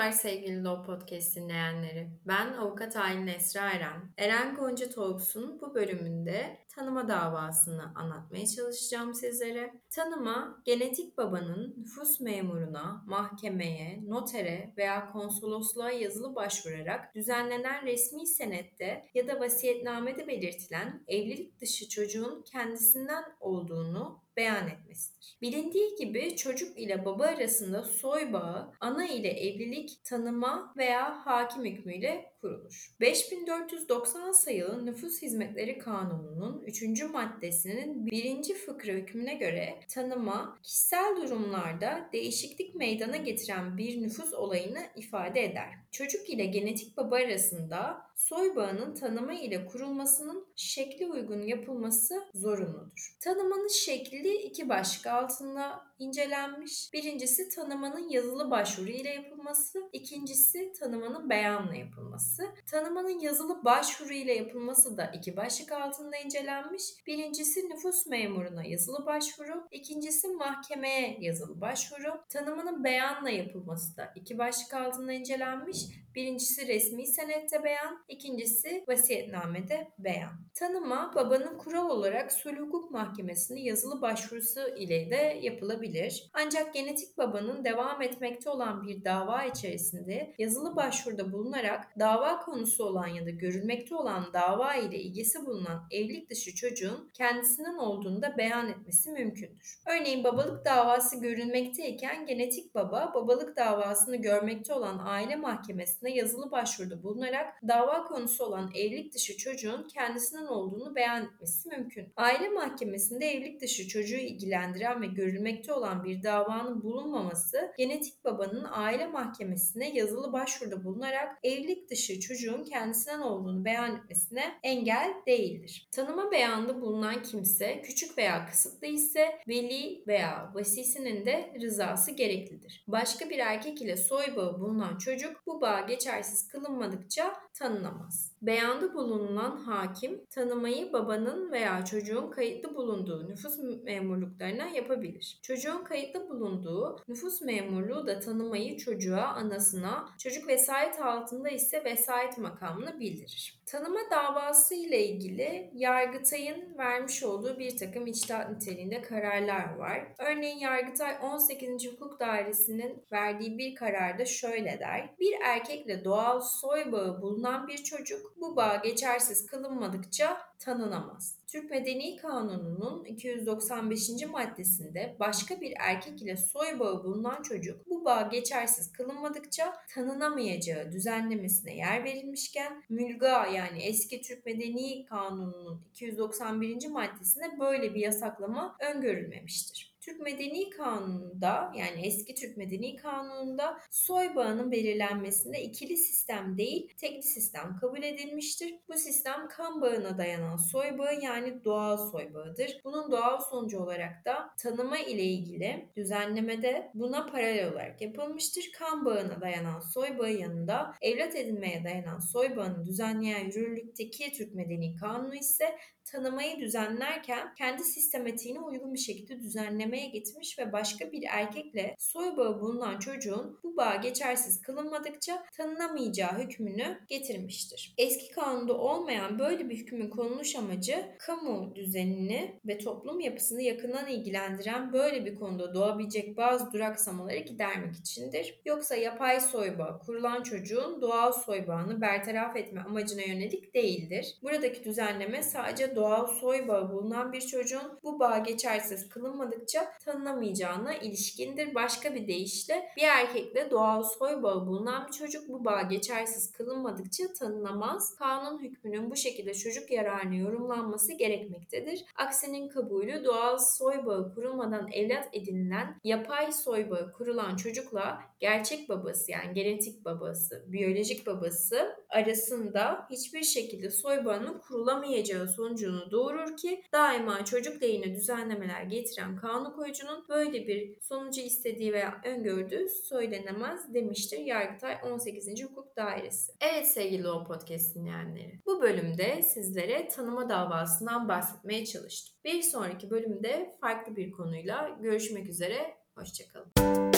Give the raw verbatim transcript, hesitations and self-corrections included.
Merhabalar sevgili Law Podcast dinleyenleri. Ben avukat Aylin Esra Eren. Eren Gonca Talks'un bu bölümünde tanıma davasını anlatmaya çalışacağım sizlere. Tanıma, genetik babanın nüfus memuruna, mahkemeye, notere veya konsolosluğa yazılı başvurarak düzenlenen resmi senette ya da vasiyetnamede belirtilen evlilik dışı çocuğun kendisinden olduğunu beyan etmesidir. Bilindiği gibi çocuk ile baba arasında soy bağı ana ile evlilik, tanıma veya hakim hükmüyle kurulur. beş bin dört yüz doksan sayılı Nüfus Hizmetleri Kanunu'nun üçüncü maddesinin birinci fıkra hükmüne göre tanıma, kişisel durumlarda değişiklik meydana getiren bir nüfus olayını ifade eder. Çocuk ile genetik baba arasında soy bağının tanıma ile kurulmasının şekli uygun yapılması zorunludur. Tanımanın şekli iki başlık altında incelenmiş. Birincisi tanımanın yazılı başvuru ile yapılması, ikincisi tanımanın beyanla yapılması. Tanımanın yazılı başvuru ile yapılması da iki başlık altında incelenmiş. Birincisi nüfus memuruna yazılı başvuru, ikincisi mahkemeye yazılı başvuru. Tanımanın beyanla yapılması da iki başlık altında incelenmiş. Birincisi resmi senette beyan, ikincisi vasiyetnamede beyan. Tanıma, babanın kural olarak sulh hukuk mahkemesine yazılı başvurusu ile de yapılabilir. Ancak genetik babanın devam etmekte olan bir dava içerisinde yazılı başvuruda bulunarak dava konusu olan ya da görülmekte olan dava ile ilgisi bulunan evlilik dışı çocuğun kendisinden olduğunu da beyan etmesi mümkündür. Örneğin babalık davası görülmekteyken genetik baba babalık davasını görmekte olan aile mahkemesine yazılı başvuruda bulunarak dava konusu olan evlilik dışı çocuğun kendisinden olduğunu beyan etmesi mümkün. Aile mahkemesinde evlilik dışı çocuğu ilgilendiren ve görülmekte olan bir davanın bulunmaması, genetik babanın aile mahkemesine yazılı başvuruda bulunarak evlilik dışı çocuğun kendisinden olduğunu beyan etmesine engel değildir. Tanıma beyanında bulunan kimse küçük veya kısıtlı ise veli veya vasisinin de rızası gereklidir. Başka bir erkek ile soy bağı bulunan çocuk bu bağ geçersiz kılınmadıkça tanınamaz. Beyanda bulunan hakim tanımayı babanın veya çocuğun kayıtlı bulunduğu nüfus memurluklarına yapabilir. Çocuğun kayıtlı bulunduğu nüfus memurluğu da tanımayı çocuğa, anasına, çocuk vesayet altında ise vesayet makamını bildirir. Tanıma davası ile ilgili Yargıtay'ın vermiş olduğu bir takım içtihat niteliğinde kararlar var. Örneğin Yargıtay on sekizinci Hukuk Dairesi'nin verdiği bir kararda şöyle der: Bir erkekle doğal soy bağı bulunan bir çocuk bu bağ geçersiz kılınmadıkça tanınamaz. Türk Medeni Kanunu'nun iki yüz doksan beşinci maddesinde başka bir erkek ile soy bağı bulunan çocuk bu bağ geçersiz kılınmadıkça tanınamayacağı düzenlemesine yer verilmişken mülga yani eski Türk Medeni Kanunu'nun iki yüz doksan birinci maddesinde böyle bir yasaklama öngörülmemiştir. Türk Medeni Kanunu'nda yani eski Türk Medeni Kanunu'nda soy bağının belirlenmesinde ikili sistem değil tekli sistem kabul edilmiştir. Bu sistem kan bağına dayanan soy bağı yani doğal soy bağıdır. Bunun doğal sonucu olarak da tanıma ile ilgili düzenlemede buna paralel olarak yapılmıştır. Kan bağına dayanan soy bağı yanında evlat edinmeye dayanan soy bağını düzenleyen yürürlükteki Türk Medeni Kanunu ise tanımayı düzenlerken kendi sistematiğine uygun bir şekilde düzenlemeye gitmiş ve başka bir erkekle soy bağı bulunan çocuğun bu bağ geçersiz kılınmadıkça tanınamayacağı hükmünü getirmiştir. Eski kanunda olmayan böyle bir hükmün konuluş amacı kamu düzenini ve toplum yapısını yakından ilgilendiren böyle bir konuda doğabilecek bazı duraksamaları gidermek içindir. Yoksa yapay soy bağı kurulan çocuğun doğal soy bağını bertaraf etme amacına yönelik değildir. Buradaki düzenleme sadece doğal soy bağı bulunan bir çocuğun bu bağ geçersiz kılınmadıkça tanınamayacağına ilişkindir. Başka bir deyişle bir erkekle doğal soy bağı bulunan bir çocuk bu bağ geçersiz kılınmadıkça tanınamaz. Kanun hükmünün bu şekilde çocuk yararına yorumlanması gerekmektedir. Aksinin kabulü doğal soy bağı kurulmadan evlat edinilen yapay soy bağı kurulan çocukla gerçek babası yani genetik babası, biyolojik babası arasında hiçbir şekilde soy bağının kurulamayacağı sonucunu doğurur ki daima çocuk lehine düzenlemeler getiren kanun koyucunun böyle bir sonucu istediği veya öngördüğü söylenemez demiştir Yargıtay on sekizinci Hukuk Dairesi. Evet sevgili Law Podcast dinleyenleri, bu bölümde sizlere tanıma davasından bahsetmeye çalıştım. Bir sonraki bölümde farklı bir konuyla görüşmek üzere, hoşça kalın.